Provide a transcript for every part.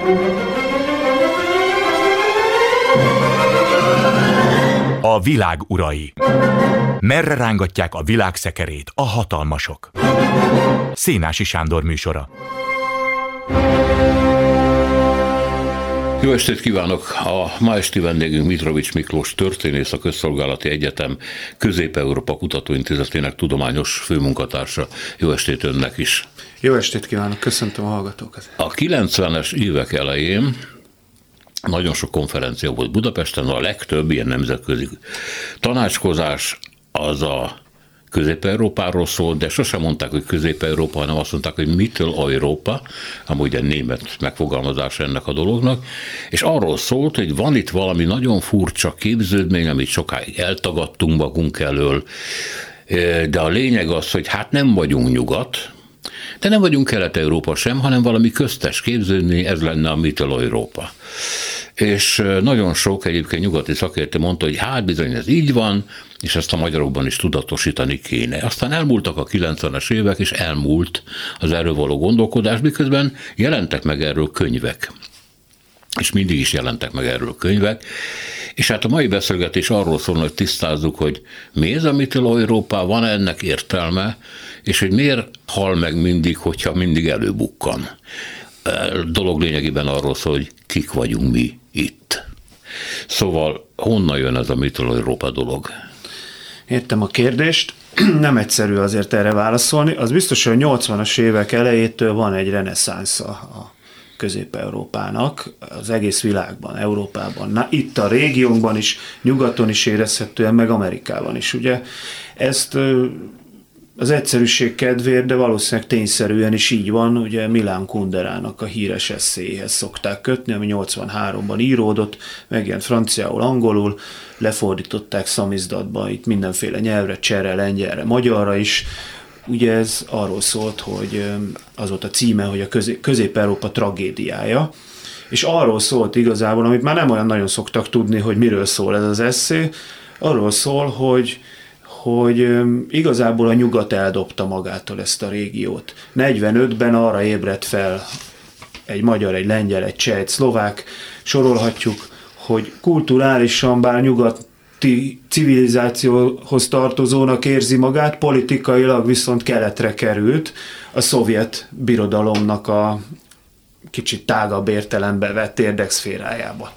A világ urai. Merre rángatják a világ szekerét a hatalmasok? Szénási Sándor műsora. Jó estét kívánok! A ma esti vendégünk Mitrovics Miklós történész, a Közszolgálati Egyetem Közép-Európa Kutatóintézetének tudományos főmunkatársa. Jó estét önnek is! Jó estét kívánok! Köszöntöm a hallgatókat! A 90-es évek elején nagyon sok konferencia volt Budapesten, a legtöbb ilyen nemzetközi tanácskozás az a Közép-Európáról szól, de sosem mondták, hogy Közép-Európa, hanem azt mondták, hogy Mittel-Európa, amúgy egy német megfogalmazás ennek a dolognak, és arról szólt, hogy van itt valami nagyon furcsa képződmény, amit sokáig eltagadtunk magunk elől, de a lényeg az, hogy hát nem vagyunk nyugat, de nem vagyunk Kelet-Európa sem, hanem valami köztes képződmény, ez lenne a Mittel-Európa. És nagyon sok egyébként nyugati szakértő mondta, hogy hát bizony ez így van, és ezt a magyarokban is tudatosítani kéne. Aztán elmúltak a 90-es évek, és elmúlt az erről való gondolkodás, miközben jelentek meg erről könyvek. És mindig is jelentek meg erről könyvek. És hát a mai beszélgetés arról szól, hogy tisztázzuk, hogy mi ez a Mittel-Európa, van ennek értelme, és hogy miért hal meg mindig, hogyha mindig előbukkan. A dolog lényegében arról szól, hogy kik vagyunk mi itt. Szóval honnan jön ez a Mittel-Európa dolog? Értem a kérdést, nem egyszerű azért erre válaszolni. Az biztos, hogy a 80-as évek elejétől van egy reneszánsza a Közép-Európának, az egész világban, Európában, itt a régiónkban is, nyugaton is érezhetően, meg Amerikában is. Ugye ezt az egyszerűség kedvéért, de valószínűleg tényszerűen is így van, ugye Milan Kunderának a híres eszéhez szokták kötni, ami 83-ban íródott, megjelent franciául, angolul, lefordították szamizdatba, itt mindenféle nyelvre, csehre, lengyelre, magyarra is. Ugye ez arról szólt, hogy az volt a címe, hogy a Közép-Európa tragédiája, és arról szólt igazából, amit már nem olyan nagyon szoktak tudni, hogy miről szól ez az esszé, arról szól, hogy igazából a nyugat eldobta magától ezt a régiót. 45-ben arra ébredt fel egy magyar, egy lengyel, egy cseh, egy szlovák, sorolhatjuk, hogy kulturálisan bár nyugati civilizációhoz tartozónak érzi magát, politikailag viszont keletre került, a szovjet birodalomnak a kicsit tágabb értelembe vett érdekszférájába.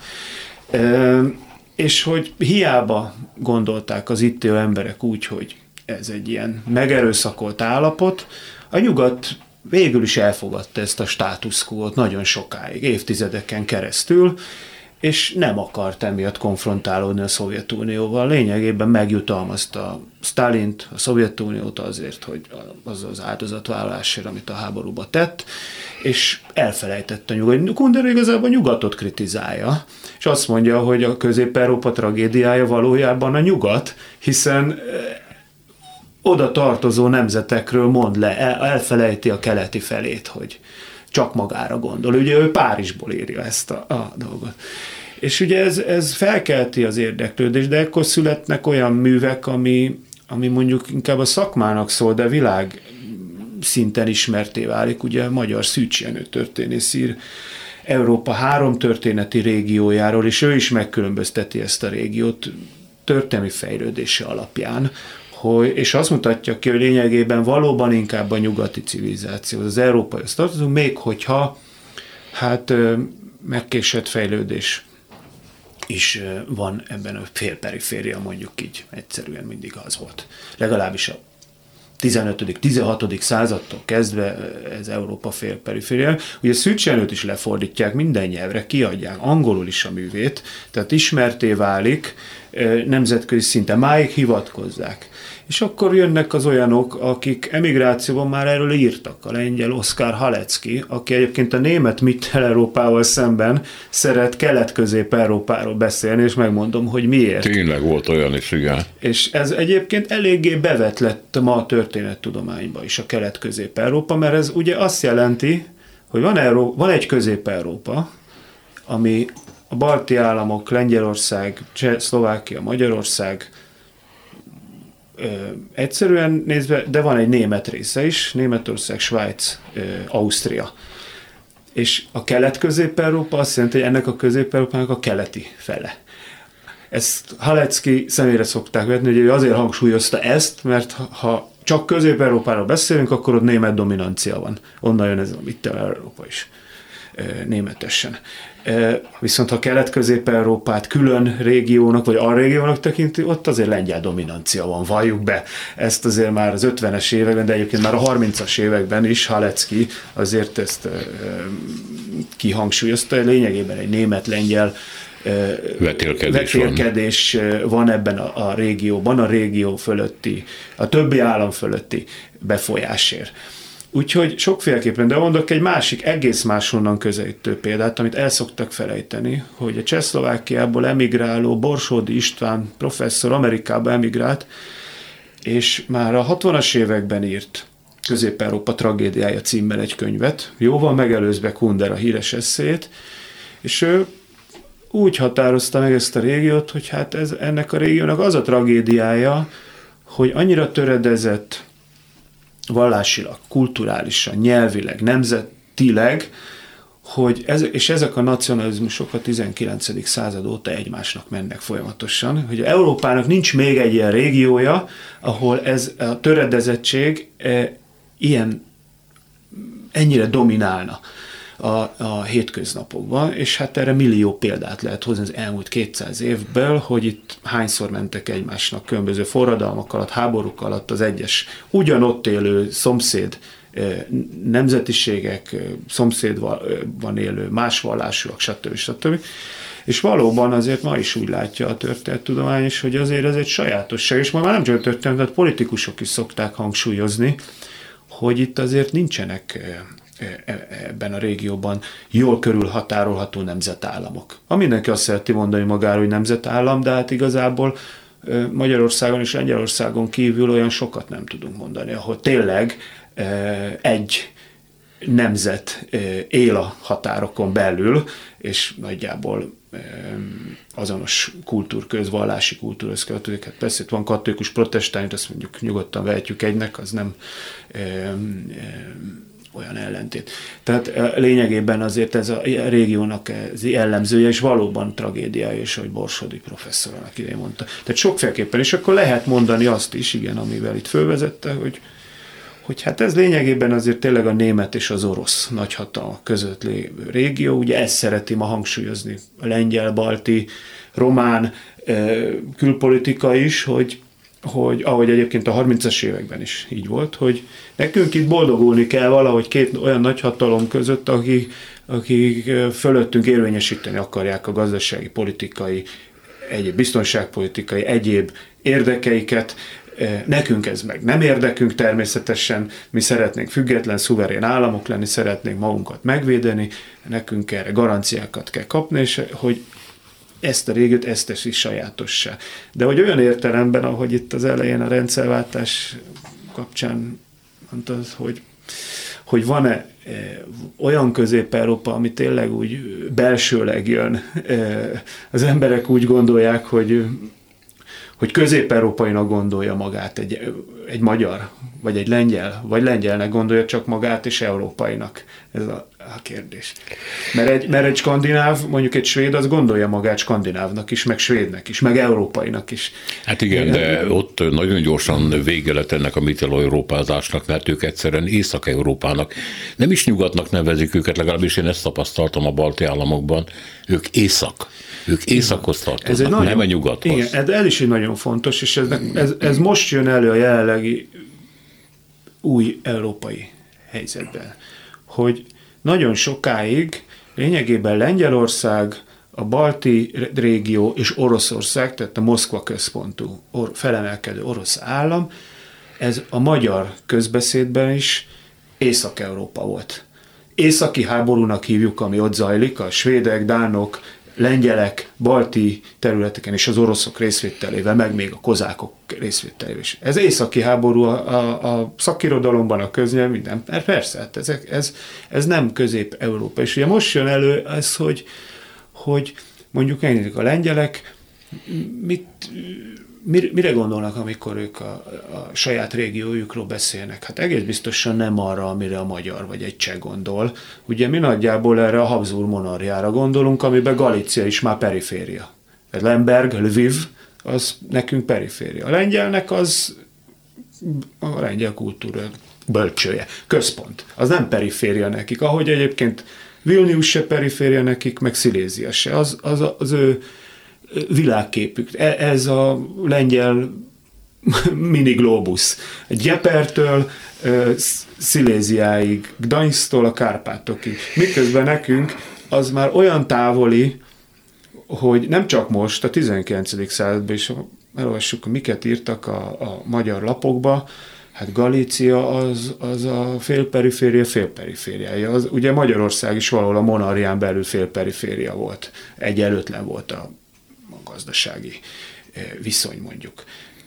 És hogy hiába gondolták az itt élő emberek úgy, hogy ez egy ilyen megerőszakolt állapot, a nyugat végül is elfogadta ezt a status quo-t nagyon sokáig, évtizedeken keresztül, és nem akart emiatt konfrontálódni a Szovjetunióval. Lényegében megjutalmazta Sztálint, a Szovjetuniót azért, hogy az áldozatvállalásért, amit a háborúba tett, és elfelejtett a nyugat. Kundera igazából a nyugatot kritizálja, és azt mondja, hogy a Közép-Európa tragédiája valójában a nyugat, hiszen oda tartozó nemzetekről mond le, elfelejti a keleti felét, hogy csak magára gondol. Ugye ő Párizsból írja ezt a dolgot. És ugye ez felkelti az érdeklődést, de ekkor születnek olyan művek, ami mondjuk inkább a szakmának szól, de világ szinten ismerté válik. Ugye magyar Szűcs Jenő történész ír Európa 3 történeti régiójáról, és ő is megkülönbözteti ezt a régiót történelmi fejlődése alapján, és azt mutatja ki, hogy lényegében valóban inkább a nyugati civilizáció, az európaihoz tartozunk, még hogyha hát megkésett fejlődés is van ebben a félperiféria, mondjuk így, egyszerűen mindig az volt. Legalábbis a 15.-16. századtól kezdve ez Európa félperiféria. Ugye Szűcs Jenőt is lefordítják minden nyelvre, kiadják angolul is a művét, tehát ismerté válik nemzetközi szinten, máig hivatkozzák. És akkor jönnek az olyanok, akik emigrációban már erről írtak. A lengyel Oskar Halecki, aki egyébként a német Mittel-Európával szemben szeret Kelet-Közép-Európáról beszélni, és megmondom, hogy miért. Tényleg volt olyan is, igen. És ez egyébként eléggé bevett lett ma a történettudományban is a Kelet-Közép-Európa, mert ez ugye azt jelenti, hogy van egy Közép-Európa, ami a balti államok, Lengyelország, Szlovákia, Magyarország, egyszerűen nézve, de van egy német része is, Németország, Svájc, Ausztria. és a Kelet-Közép-Európa azt jelenti, hogy ennek a Közép-Európának a keleti fele. Ezt Halecki személyre szokták vetni, hogy ő azért hangsúlyozta ezt, mert ha csak Közép-Európáról beszélünk, akkor ott német dominancia van. Onnan jön ez a Mittel-Európa is németesen. Viszont ha Kelet-Közép-Európát külön régiónak, vagy alrégiónak tekinti, ott azért lengyel dominancia van, valljuk be. Ezt azért már az 50-es években, de egyébként már a 30-as években is Halecki azért ezt kihangsúlyozta, lényegében egy német-lengyel vetélkedés van ebben a régióban, a régió fölötti, a többi állam fölötti befolyásért. Úgyhogy sokféleképpen, de mondok egy másik, egész máshonnan közelítő példát, amit el szoktak felejteni, hogy a Csehszlovákiából emigráló Borsódi István professzor Amerikába emigrált, és már a 60-as években írt Közép-Európa tragédiája címmel egy könyvet, jóval megelőzve Kundera híres esszéjét, és ő úgy határozta meg ezt a régiót, hogy hát ennek a régiónak az a tragédiája, hogy annyira töredezett vallásilag, kulturálisan, nyelvileg, nemzetileg, hogy ezek a nacionalizmusok a 19. század óta egymásnak mennek folyamatosan, hogy Európának nincs még egy ilyen régiója, ahol ez a töredezettség ennyire dominálna a hétköznapokban, és hát erre millió példát lehet hozni az elmúlt 200 évből, hogy itt hányszor mentek egymásnak különböző forradalmak alatt, háborúk alatt az egyes ugyanott élő szomszéd nemzetiségek, szomszédban élő más vallásúak, stb. És valóban azért ma is úgy látja a történettudomány is, hogy azért ez egy sajátosság, és ma már nem csak a történet, tehát politikusok is szokták hangsúlyozni, hogy itt azért nincsenek ebben a régióban jól körülhatárolható nemzetállamok. Mindenki azt szereti mondani magáról, hogy nemzetállam, de hát igazából Magyarországon és Lengyelországon kívül olyan sokat nem tudunk mondani, ahol tényleg egy nemzet él a határokon belül, és nagyjából azonos kultúrköz, vallási kultúrhoz kötődik. Hát persze itt van katolikus, protestáns, azt mondjuk nyugodtan vehetjük egynek, az nem olyan ellentét. Tehát lényegében azért ez a régiónak ez jellemzője, és valóban tragédiája is, ahogy Borsodi professzor annak idején mondta. Tehát sokféleképpen, és akkor lehet mondani azt is, igen, amivel itt fölvezette, hogy hát ez lényegében azért tényleg a német és az orosz nagyhatalmak között lévő régió, ugye ezt szereti ma hangsúlyozni a lengyel, balti, román külpolitika is, hogy ahogy egyébként a 30-as években is így volt, hogy nekünk itt boldogulni kell valahogy két olyan nagyhatalom között, akik fölöttünk érvényesíteni akarják a gazdasági, politikai, egyéb biztonságpolitikai, egyéb érdekeiket. Nekünk ez meg nem érdekünk természetesen, mi szeretnénk független, szuverén államok lenni, szeretnénk magunkat megvédeni, nekünk erre garanciákat kell kapni, és hogy ezt a régiót, ezt teszi sajátossá. De hogy olyan értelemben, ahogy itt az elején a rendszerváltás kapcsán mondtad, hogy van-e olyan Közép-Európa, ami tényleg úgy belsőleg jön. Az emberek úgy gondolják, hogy közép-európainak gondolja magát egy magyar, vagy egy lengyel, vagy lengyelnek gondolja csak magát, és európainak. Ez a kérdés. Mert egy skandináv, mondjuk egy svéd, az gondolja magát skandinávnak is, meg svédnek is, meg európainak is. Hát igen, de ott nagyon gyorsan vége lett ennek a mittel-európázásnak, mert ők egyszerűen Észak-Európának, nem is nyugatnak nevezik őket, legalábbis én ezt tapasztaltam a balti államokban, ők északhoz tartoznak, nem a nyugathoz. Igen, ez is egy nagyon fontos, és ez most jön elő a jelenlegi új európai helyzetben, hogy nagyon sokáig lényegében Lengyelország, a balti régió és Oroszország, tehát a Moszkva központú felemelkedő orosz állam, ez a magyar közbeszédben is Észak-Európa volt. Északi háborúnak hívjuk, ami ott zajlik, a svédek, dánok, lengyelek, balti területeken és az oroszok részvételével, meg még a kozákok részvételével is. Ez északi háború a szakirodalomban, a köznyelv, minden. Persze, hát ez nem Közép-Európa. És ugye most jön elő ez, hogy mondjuk a lengyelek mire gondolnak, amikor ők a saját régiójukról beszélnek? Hát egész biztosan nem arra, amire a magyar vagy egy cseh gondol. Ugye mi nagyjából erre a Habsburg monarchiára gondolunk, amiben Galícia is már periféria. Lemberg, Lviv, az nekünk periféria. A lengyelnek az a lengyel kultúra bölcsője, központ. Az nem periféria nekik, ahogy egyébként Vilnius se periféria nekik, meg Szilézia se. Az ő világképük. Ez a lengyel mini globus. Gyepertől Sziléziáig, Gdańsktól a Kárpátokig. Miközben nekünk az már olyan távoli, hogy nem csak most, a 19. században is elolvassuk, miket írtak a magyar lapokba, hát Galícia az a félperifériája. Ugye Magyarország is valahol a monarchián belül félperiféria volt. Egyenlőtlen volt a gazdasági viszony, mondjuk.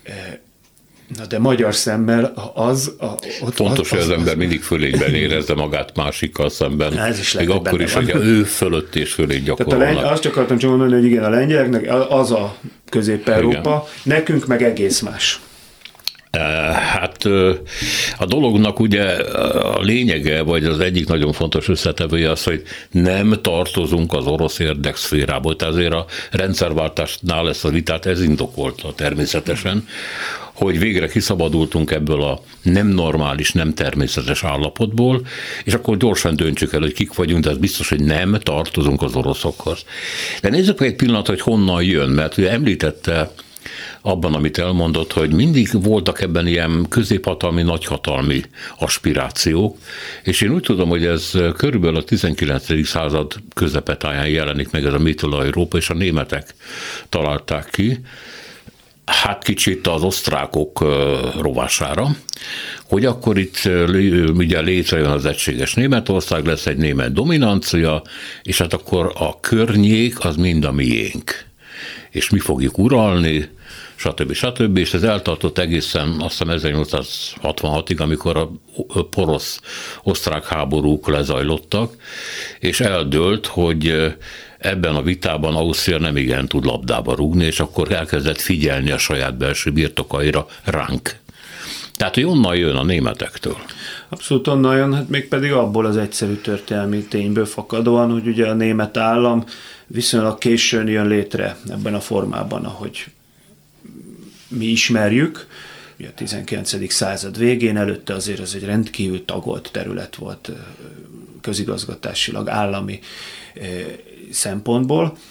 Na de magyar szemmel fontos, hogy az ember mindig fölényben érezze magát másikkal szemben. Még akkor is, hogyha ő fölött és fölény gyakorolnak. Azt csak akartam mondani, hogy igen, a lengyeleknek az a Közép-Európa, igen. Nekünk meg egész más. Hát a dolognak ugye a lényege, vagy az egyik nagyon fontos összetevője az, hogy nem tartozunk az orosz érdekszférából. Tehát azért a rendszerváltásnál ezt a vitát ez indokolta természetesen, hogy végre kiszabadultunk ebből a nem normális, nem természetes állapotból, és akkor gyorsan döntsük el, hogy kik vagyunk, de ez biztos, hogy nem tartozunk az oroszokhoz. De nézzük meg egy pillanat, hogy honnan jön, mert ugye említette abban, amit elmondott, hogy mindig voltak ebben ilyen középhatalmi, nagyhatalmi aspirációk, és én úgy tudom, hogy ez körülbelül a 19. század közepetáján jelenik meg ez a Mitteleuropa, és a németek találták ki, hát kicsit az osztrákok rovására, hogy akkor itt ugye létrejön az egységes Németország, lesz egy német dominancia, és hát akkor a környék az mind a miénk. És mi fogjuk uralni, stb. És ez eltartott egészen azt hiszem 1866-ig, amikor a porosz-osztrák háborúk lezajlottak, és eldőlt, hogy ebben a vitában Ausztria nem igen tud labdába rúgni, és akkor elkezdett figyelni a saját belső birtokaira ránk. Tehát, hogy onnan jön a németektől. Abszolút onnan jön, hát mégpedig abból az egyszerű történelmi tényből fakadóan, hogy ugye a német állam viszonylag későn jön létre ebben a formában, ahogy mi ismerjük, ugye a 19. század végén, előtte azért ez egy rendkívül tagolt terület volt közigazgatásilag, állami szempontból,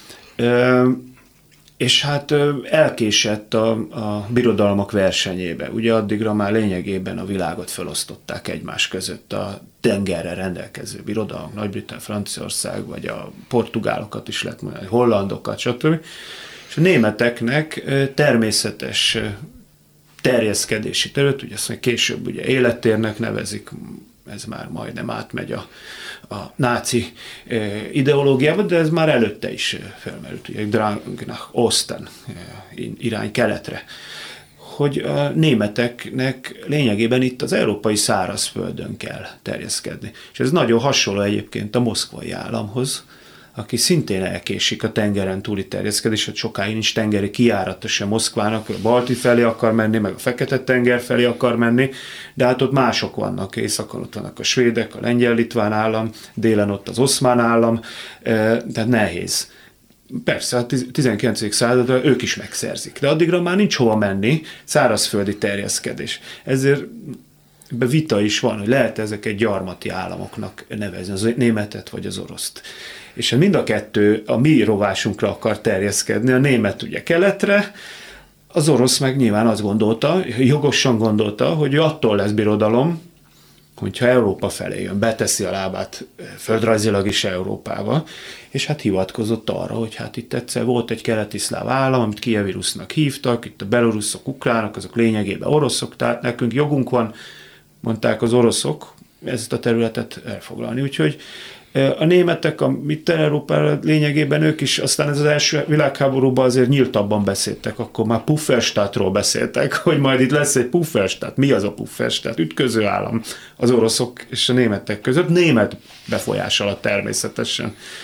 és hát elkésett a birodalmak versenyébe. Ugye addigra már lényegében a világot felosztották egymás között a tengerre rendelkező birodalmak, Nagy-Britannia, Franciaország, vagy a portugálokat is lehet mondani, hollandokat, stb. És a németeknek természetes terjeszkedési terület, ugye azt mondja, később ugye élettérnek nevezik, ez már majdnem átmegy a náci ideológiába, de ez már előtte is felmerült, ugye Drang nach Osten, irány keletre, hogy a németeknek lényegében itt az európai szárazföldön kell terjeszkedni. És ez nagyon hasonló egyébként a moszkvai államhoz, aki szintén elkésik a tengeren túli terjeszkedés, hogy sokáig nincs tengeri kijárata sem Moszkvának, a Balti felé akar menni, meg a Fekete-tenger felé akar menni, de hát ott mások vannak, északon ott vannak a svédek, a lengyel-litván állam, délen ott az oszmán állam, tehát nehéz. Persze, a 19. századra ők is megszerzik, de addigra már nincs hova menni, szárazföldi terjeszkedés. Ezért vita is van, hogy lehet ezeket gyarmati államoknak nevezni, az németet vagy az oroszt. És mind a kettő a mi rovásunkra akar terjeszkedni, a német ugye keletre, az orosz meg nyilván azt gondolta, jogosan gondolta, hogy attól lesz birodalom, hogyha Európa felé jön, beteszi a lábát földrajzilag is Európába, és hát hivatkozott arra, hogy hát itt egyszer volt egy keleti szláv állam, amit Kijevi Rusznak hívtak, itt a belorusszok, ukránok, azok lényegében oroszok, tehát nekünk jogunk van, mondták az oroszok, ezt a területet elfoglalni. Úgyhogy a németek, a Mitteleurópára lényegében ők is, aztán ez az első világháborúban azért nyíltabban beszéltek, akkor már Pufferstadtról beszéltek, hogy majd itt lesz egy Pufferstadt. Mi az a Pufferstadt? Ütköző állam az oroszok és a németek között, német befolyás alatt természetesen.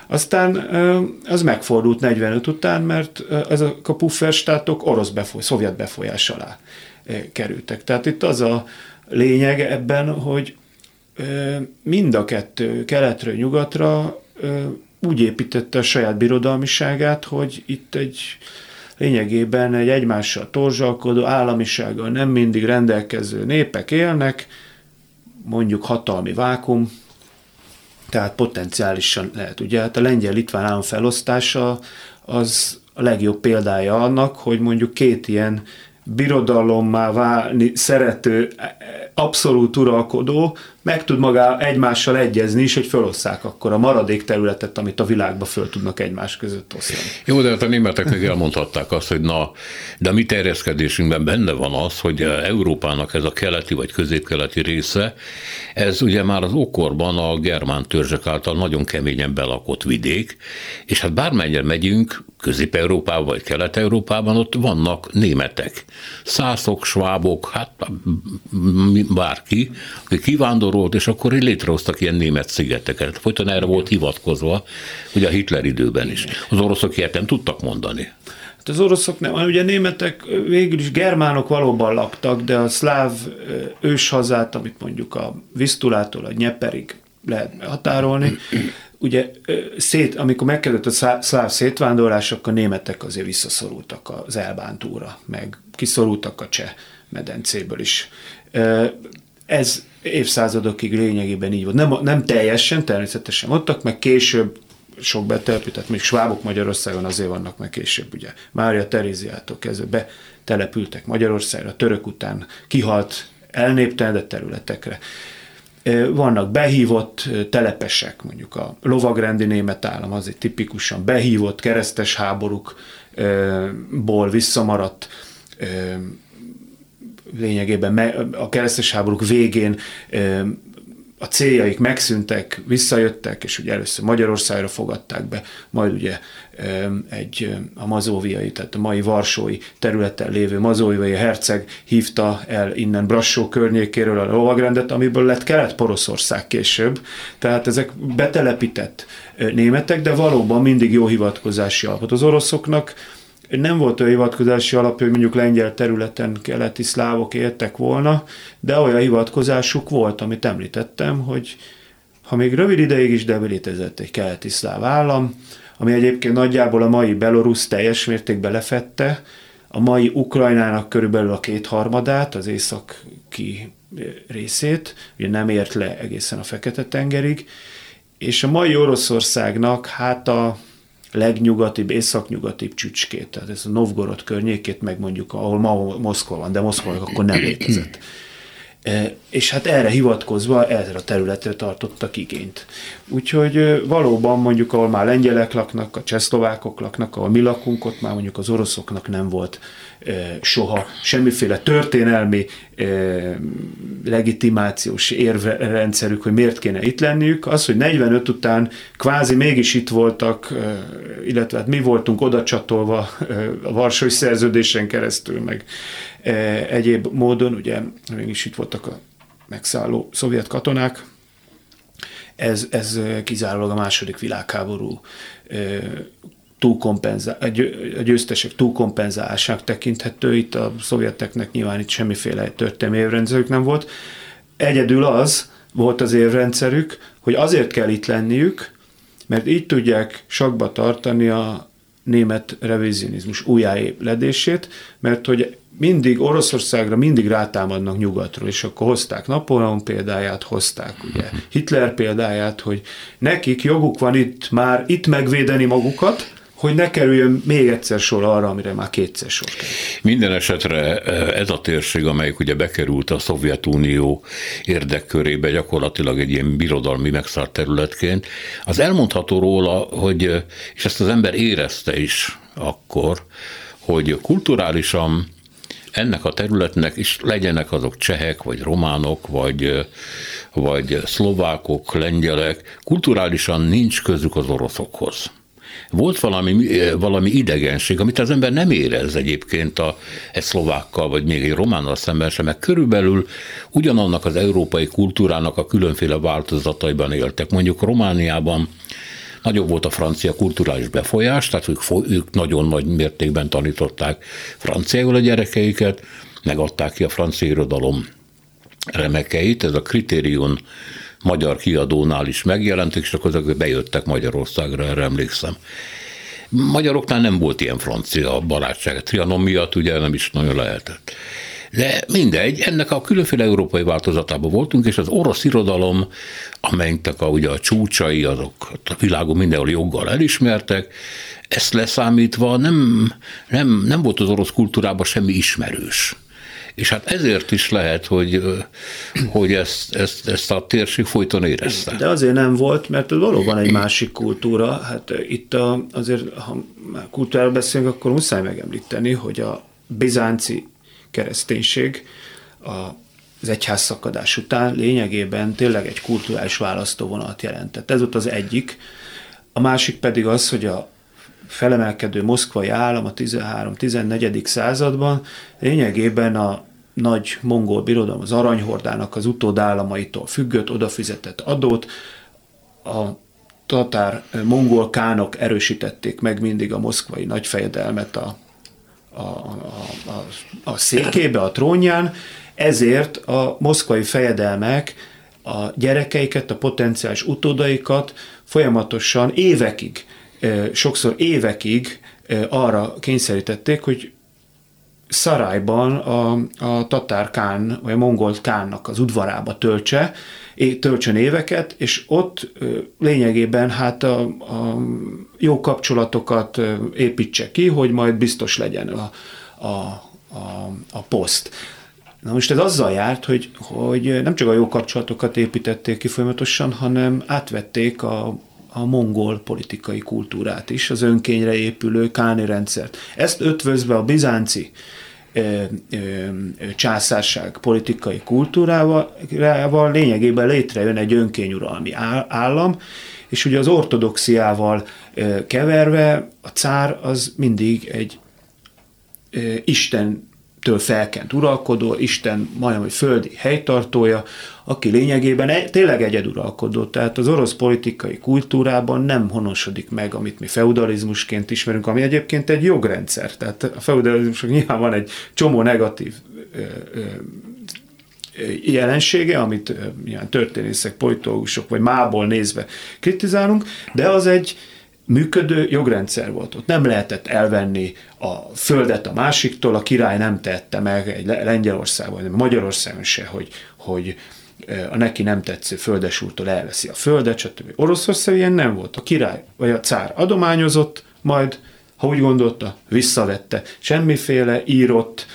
Aztán az megfordult 45 után, mert ezek a pufferstátok szovjet befolyás alá kerültek. Tehát itt az a lényeg ebben, hogy mind a kettő keletről nyugatra úgy építette a saját birodalmiságát, hogy itt lényegében egy egymással torzsalkodó, államisággal nem mindig rendelkező népek élnek, mondjuk hatalmi vákum, tehát potenciálisan lehet. Ugye hát a lengyel-litván állam felosztása az a legjobb példája annak, hogy mondjuk két ilyen birodalommá válni szerető, abszolút uralkodó meg tud maga egymással egyezni is, hogy felosszák akkor a maradék területet, amit a világba föl tudnak egymás között osztani. Jó, de hát a németek még elmondhatták azt, hogy de a mi terjeszkedésünkben benne van az, hogy Európának ez a keleti vagy középkeleti része, ez ugye már az ókorban a germán törzsek által nagyon keményen belakott vidék, és hát bármennyire megyünk, Közép-Európában vagy Kelet-Európában ott vannak németek. Szászok, svábok, hát bárki, aki kivándorolt, és akkor létrehoztak ilyen német szigeteket. Folyton erre volt hivatkozva, ugye a Hitler időben is. Az oroszok ilyet nem tudtak mondani. Hát az oroszok nem, ugye németek végül is germánok valóban laktak, de a szláv őshazát, amit mondjuk a Visztulától a Nyeperig lehet határolni, ugye amikor megkezdett a szláv szétvándorlás, akkor a németek azért visszaszorultak az Elbántúra, meg kiszorultak a Cseh medencéből is. Ez évszázadokig lényegében így volt. Nem teljesen, természetesen voltak, meg később sok betelepített, még svábok Magyarországon azért vannak, meg később ugye Mária Teréziától kezdve betelepültek Magyarországra, török után kihalt, elnéptelenedett területekre. Vannak behívott telepesek, mondjuk a lovagrendi német állam, az egy tipikusan behívott keresztes háborúkból visszamaradt, lényegében a keresztes háborúk végén a céljaik megszűntek, visszajöttek, és ugye először Magyarországra fogadták be, majd ugye a mazóviai, tehát a mai varsói területen lévő mazóviai herceg hívta el innen Brassó környékéről a lovagrendet, amiből lett Kelet-Poroszország később. Tehát ezek betelepített németek, de valóban mindig jó hivatkozási alapot. Az oroszoknak nem volt olyan hivatkozási alapja, hogy mondjuk lengyel területen keleti szlávok éltek volna, de olyan hivatkozásuk volt, amit említettem, hogy ha még rövid ideig is, de létezett egy keleti szláv állam, ami egyébként nagyjából a mai Belorusz teljes mértékben lefette, a mai Ukrajnának körülbelül a 2/3, az északi részét, ugye nem ért le egészen a Fekete-tengerig, és a mai Oroszországnak hát a legnyugatibb, északnyugatibb csücskét, tehát ez a Novgorod környékét, meg mondjuk, ahol ma Moszkva van, de Moszkva akkor nem létezett. És hát erre hivatkozva erre a területre tartottak igényt. Úgyhogy valóban mondjuk, ahol már lengyelek laknak, a csehszlovákok laknak, ahol mi lakunk, ott már mondjuk az oroszoknak nem volt soha semmiféle történelmi legitimációs érvrendszerük, hogy miért kéne itt lenniük. Az, hogy 45 után kvázi mégis itt voltak, illetve hát mi voltunk odacsatolva a Varsói Szerződésen keresztül, meg egyéb módon, ugye mégis itt voltak a megszálló szovjet katonák, ez kizárólag a második világháború a győztesek túlkompenzálásának tekinthető, itt a szovjeteknek nyilván itt semmiféle történelmi évrendszerük nem volt. Egyedül az volt az évrendszerük, hogy azért kell itt lenniük, mert így tudják sakba tartani a német revizionizmus újjáépledését, mert hogy mindig Oroszországra mindig rátámadnak nyugatról, és akkor hozták Napóleon példáját, hozták ugye Hitler példáját, hogy nekik joguk van itt megvédeni magukat, hogy ne kerüljön még egyszer sor arra, amire már kétszer sor kerül. Minden esetre ez a térség, amelyik ugye bekerült a Szovjetunió érdekkörébe gyakorlatilag egy ilyen birodalmi megszállt területként, az elmondható róla, hogy, és ezt az ember érezte is akkor, hogy kulturálisan ennek a területnek is legyenek azok csehek, vagy románok, vagy szlovákok, lengyelek, kulturálisan nincs közük az oroszokhoz. Volt valami idegenség, amit az ember nem érez egyébként egy szlovákkal, vagy még egy románnal szemben sem, mert körülbelül ugyanannak az európai kultúrának a különféle változataiban éltek. Mondjuk Romániában nagyobb volt a francia kulturális befolyás, tehát ők nagyon nagy mértékben tanították franciául a gyerekeiket, megadták ki a francia irodalom remekeit, ez a Criterion magyar kiadónál is megjelentek, és akkor azok bejöttek Magyarországra, erre emlékszem. Magyaroknál nem volt ilyen francia barátság, Trianon miatt ugye nem is nagyon lehetett. De mindegy, ennek a különféle európai változatában voltunk, és az orosz irodalom, amelynek ugye a csúcsai, azok a világon mindenhol joggal elismertek, ezt leszámítva nem volt az orosz kultúrában semmi ismerős. És hát ezért is lehet, hogy ezt a térség folyton érezte. De azért nem volt, mert valóban egy másik kultúra. Hát itt azért, ha kultúráról beszélünk, akkor muszáj megemlíteni, hogy a bizánci kereszténység az egyház szakadás után lényegében tényleg egy kulturális választóvonalat jelentett. Ez volt az egyik. A másik pedig az, hogy a felemelkedő moszkvai állam a 13-14. században lényegében a nagy mongol birodalom, az aranyhordának az utódállamaitól függött, odafizetett adót, a tatár-mongol kánok erősítették meg mindig a moszkvai nagyfejedelmet a székébe, a trónján, ezért a moszkvai fejedelmek a gyerekeiket, a potenciális utódaikat folyamatosan sokszor évekig arra kényszerítették, hogy Szarályban a tatár kán, vagy a mongol kánnak az udvarába töltsön éveket, és ott lényegében hát a jó kapcsolatokat építse ki, hogy majd biztos legyen a poszt. Na most ez azzal járt, hogy nem csak a jó kapcsolatokat építették ki folyamatosan, hanem átvették a mongol politikai kultúrát is, az önkényre épülő káni rendszert. Ezt ötvözve a bizánci császárság politikai kultúrával lényegében létrejön egy önkényuralmi állam, és ugye az ortodoxiával keverve a cár az mindig egy Istentől felkent uralkodó, Isten majdnem, hogy földi helytartója, aki lényegében tényleg egyeduralkodó. Tehát az orosz politikai kultúrában nem honosodik meg, amit mi feudalizmusként ismerünk, ami egyébként egy jogrendszer. Tehát a feudalizmusnak nyilván van egy csomó negatív jelensége, amit nyilván történészek, politológusok vagy mából nézve kritizálunk, de az egy működő jogrendszer volt. Ott nem lehetett elvenni a földet a másiktól, a király nem tette meg egy Lengyelországban, vagy Magyarországon se, hogy a neki nem tetsző földesúrtól elveszi a földet, stb. Oroszország ilyen nem volt. A király vagy a cár adományozott, majd, ha úgy gondolta, visszavette. Semmiféle írott,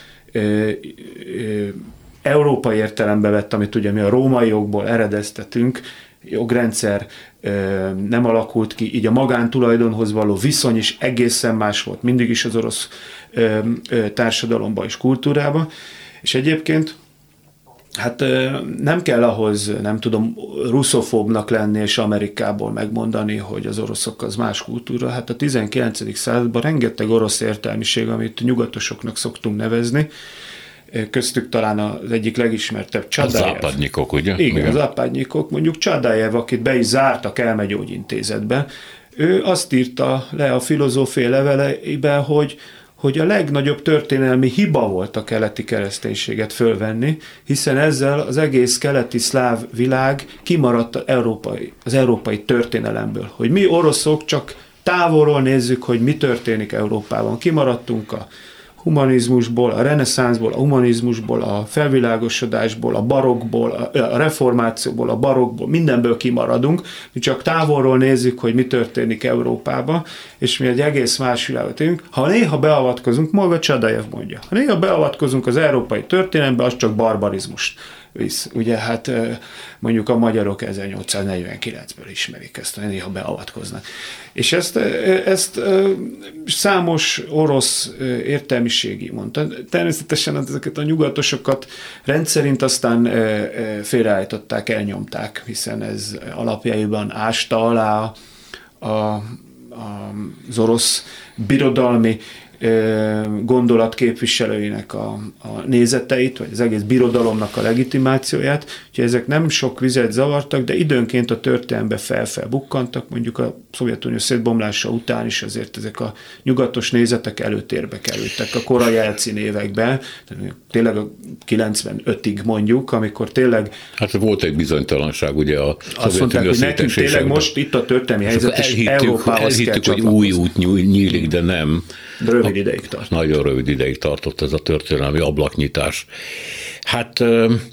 európai értelembe vett, amit ugye mi a római jogból eredeztetünk, jogrendszer nem alakult ki, így a magántulajdonhoz való viszony is egészen más volt, mindig is az orosz társadalomban és kultúrában, és egyébként hát nem kell ahhoz, nem tudom, russzofóbnak lenni és Amerikából megmondani, hogy az oroszok az más kultúra. Hát a 19. században rengeteg orosz értelmiség, amit nyugatosoknak szoktunk nevezni, köztük talán az egyik legismertebb Csadájev. A západnyikok, ugye? Igen, a západnyikok. Mondjuk Csadájev, akit be is zártak elmegyógyintézetbe, ő azt írta le a filozófiai leveleiben, hogy a legnagyobb történelmi hiba volt a keleti kereszténységet fölvenni, hiszen ezzel az egész keleti szláv világ kimaradt az európai történelemből. Hogy mi oroszok csak távolról nézzük, hogy mi történik Európában. Kimaradtunk a humanizmusból, a reneszánszból, a humanizmusból, a felvilágosodásból, a barokkból, a reformációból, a barokkból, mindenből kimaradunk, mi csak távolról nézzük, hogy mi történik Európában, és mi egy egész más világot élünk. Ha néha beavatkozunk, maga Csadájev mondja, ha néha beavatkozunk az európai történelembe, az csak barbarizmus visz. Ugye hát mondjuk a magyarok 1849-ből ismerik ezt, hogy néha beavatkoznak. És ezt számos orosz értelmiségi mondta. Természetesen ezeket a nyugatosokat rendszerint aztán félreállították, elnyomták, hiszen ez alapjaiban ásta alá az orosz birodalmi gondolatképviselőinek a nézeteit, vagy az egész birodalomnak a legitimációját, úgyhogy ezek nem sok vizet zavartak, de időnként a történelembe felbukkantak, mondjuk a Szovjetunió szétbomlása után is azért ezek a nyugatos nézetek előtérbe kerültek a korai Jelcin években, tényleg a 95-ig mondjuk, amikor tényleg... Hát volt egy bizonytalanság, ugye a Szovjetunió szétesése. Tényleg most itt a történelmi helyzet, és Európához kell csatlakozni. Hogy új út nyílik, de nem. Rövid ideig tartott. Nagyon rövid ideig tartott ez a történelmi ablaknyitás. Hát,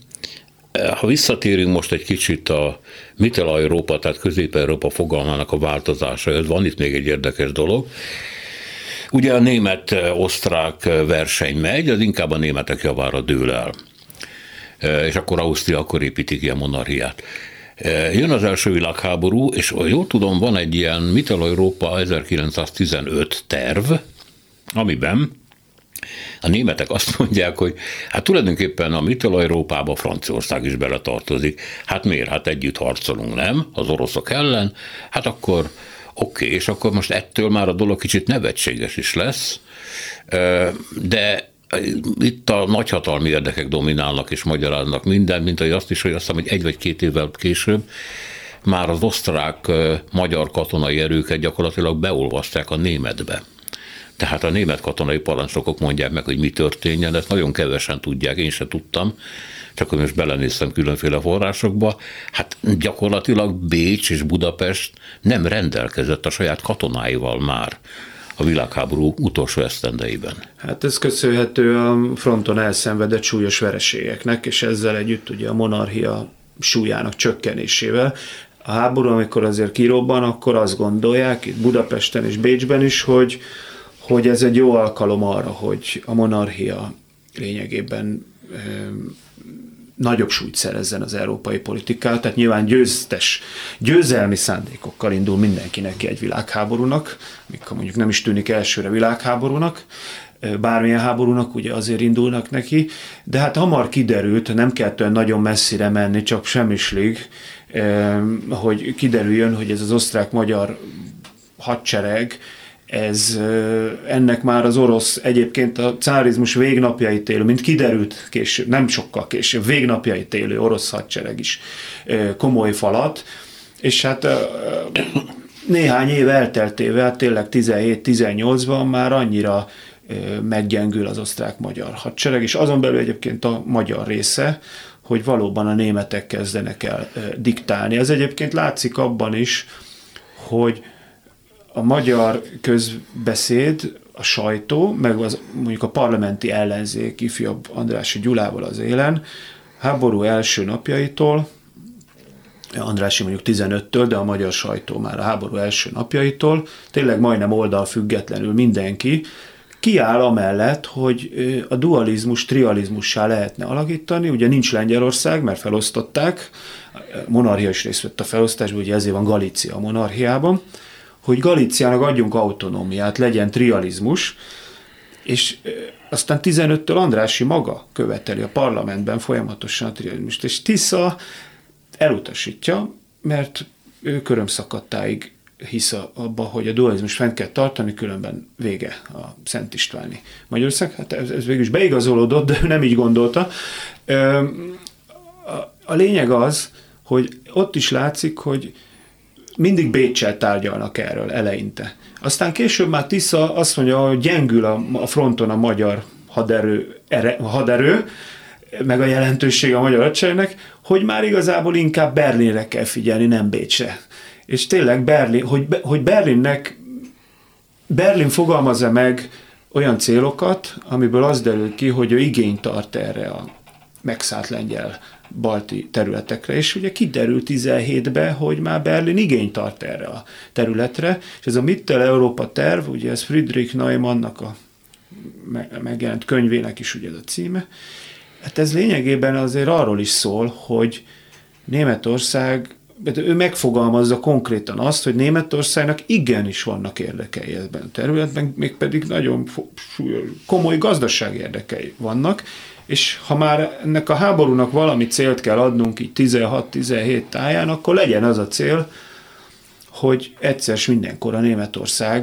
ha visszatérünk most egy kicsit a Mittel-Európa, tehát Közép-Európa fogalmának a változásához, van itt még egy érdekes dolog. Ugye a német-osztrák verseny megy, az inkább a németek javára dől el. És akkor Ausztria akkor építik ilyen monarchiát. Jön az első világháború, és jól tudom, van egy ilyen Mittel-Európa 1915 terv, amiben a németek azt mondják, hogy hát tulajdonképpen a Mittel-Európába Franciaország is beletartozik. Hát miért? Hát együtt harcolunk, nem? Az oroszok ellen. Hát akkor oké, és akkor most ettől már a dolog kicsit nevetséges is lesz, de itt a nagyhatalmi érdekek dominálnak és magyaráznak mindent, mint ahogy azt is, hogy azt hiszem, hogy 1 vagy 2 évvel később már az osztrák-magyar katonai erőket gyakorlatilag beolvasztják a németbe. Tehát a német katonai parancsnokok mondják meg, hogy mi történjen, ezt nagyon kevesen tudják, én se tudtam, csak hogy most belenéztem különféle forrásokba. Hát gyakorlatilag Bécs és Budapest nem rendelkezett a saját katonáival már a világháború utolsó esztendeiben. Hát ez köszönhető a fronton elszenvedett súlyos vereségeknek, és ezzel együtt ugye a monarchia súlyának csökkenésével. A háború, amikor azért kirobban, akkor azt gondolják, itt Budapesten és Bécsben is, hogy ez egy jó alkalom arra, hogy a monarchia lényegében nagyobb súlyt szerezzen az európai politikát, tehát nyilván győzelmi szándékokkal indul mindenki neki egy világháborúnak, mikor mondjuk nem is tűnik elsőre világháborúnak, bármilyen háborúnak ugye azért indulnak neki, de hát hamar kiderült, nem kell olyan nagyon messzire menni, csak semmislig, hogy kiderüljön, hogy ez az osztrák-magyar hadsereg, ennek már az orosz, egyébként a cárizmus végnapjait élő, mint kiderült később, nem sokkal később, végnapjait élő orosz hadsereg is komoly falat, és hát néhány év elteltével, tényleg 17-18-ban már annyira meggyengül az osztrák-magyar hadsereg, és azon belül egyébként a magyar része, hogy valóban a németek kezdenek el diktálni. Ez egyébként látszik abban is, hogy a magyar közbeszéd, a sajtó, meg mondjuk a parlamenti ellenzék ifjabb Andrássy Gyulával az élen, háború első napjaitól, Andrássy mondjuk 15-től, de a magyar sajtó már a háború első napjaitól, tényleg majdnem oldalfüggetlenül mindenki kiáll amellett, hogy a dualizmus trializmussá lehetne alakítani, ugye nincs Lengyelország, mert felosztották, a monarchia is részt vett a felosztásban, ugye ezért van Galícia a monarchiában, hogy Galíciának adjunk autonómiát, legyen trializmus, és aztán 15-től Andrássy maga követeli a parlamentben folyamatosan a trializmust, és Tisza elutasítja, mert ő körömszakadtáig hisz abba, hogy a dualizmus fent kell tartani, különben vége a Szent Istváni Magyarország. Hát ez végül is beigazolódott, de ő nem így gondolta. A lényeg az, hogy ott is látszik, hogy mindig Béccsel tárgyalnak erről eleinte. Aztán később már Tisza azt mondja, hogy gyengül a fronton a magyar haderő, meg a jelentőség a magyar hadseregnek, hogy már igazából inkább Berlinre kell figyelni, nem Bécsre. És tényleg hogy Berlin fogalmazza meg olyan célokat, amiből az derül ki, hogy ő igényt tart erre a megszállt lengyel balti területekre, és ugye kiderült 17-ben, hogy már Berlin igényt tart erre a területre, és ez a Mittel-Európa terv, ugye ez Friedrich Neumannnak a megjelent könyvének is ugye ez a címe, hát ez lényegében azért arról is szól, hogy Németország, ő megfogalmazza konkrétan azt, hogy Németországnak igenis vannak érdekei ebben a területben, mégpedig nagyon komoly gazdasági érdekei vannak, és ha már ennek a háborúnak valami célt kell adnunk így 16-17 táján, akkor legyen az a cél, hogy egyszer s mindenkor a Németország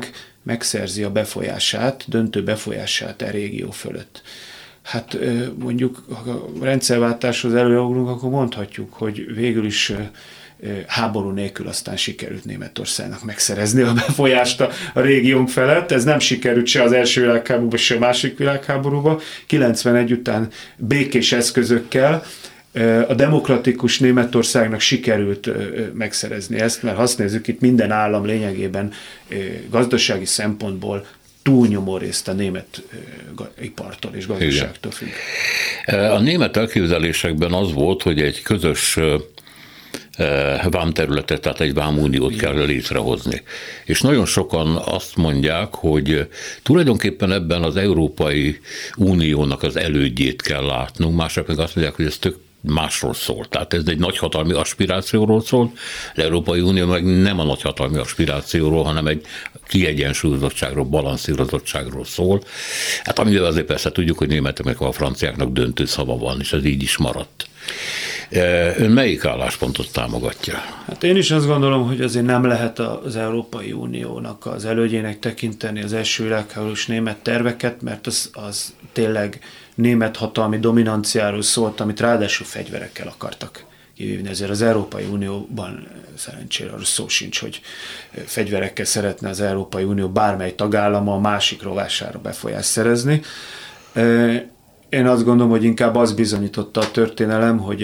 megszerzi a befolyását, döntő befolyását a régió fölött. Hát mondjuk, ha a rendszerváltáshoz előugrunk, akkor mondhatjuk, hogy végül is háború nélkül aztán sikerült Németországnak megszerezni a befolyást a régiónk felett. Ez nem sikerült se az első világháborúban, se a második világháborúban. 91 után békés eszközökkel a demokratikus Németországnak sikerült megszerezni ezt, mert ha azt nézzük, itt minden állam lényegében gazdasági szempontból túlnyomó részt a német ipartól és gazdaságtól függ. A német elképzelésekben az volt, hogy egy közös vámterületet, tehát egy vámuniót kell létrehozni. És nagyon sokan azt mondják, hogy tulajdonképpen ebben az Európai Uniónak az elődjét kell látnunk, mások meg azt mondják, hogy ez tök másról szól. Tehát ez egy nagyhatalmi aspirációról szól, az Európai Unió meg nem a nagyhatalmi aspirációról, hanem egy kiegyensúlyozottságról, balanszírozottságról szól. Hát amivel azért persze tudjuk, hogy németeknek a franciáknak döntő szava van, és ez így is maradt. Ön melyik álláspontot támogatja? Hát én is azt gondolom, hogy azért nem lehet az Európai Uniónak az elődjének tekinteni az első világháborús német terveket, mert az tényleg német hatalmi dominanciáról szólt, amit ráadásul fegyverekkel akartak kivívni. Ezért az Európai Unióban szerencsére arról szó sincs, hogy fegyverekkel szeretne az Európai Unió bármely tagállama a másik rovására befolyást szerezni. Én azt gondolom, hogy inkább az bizonyította a történelem, hogy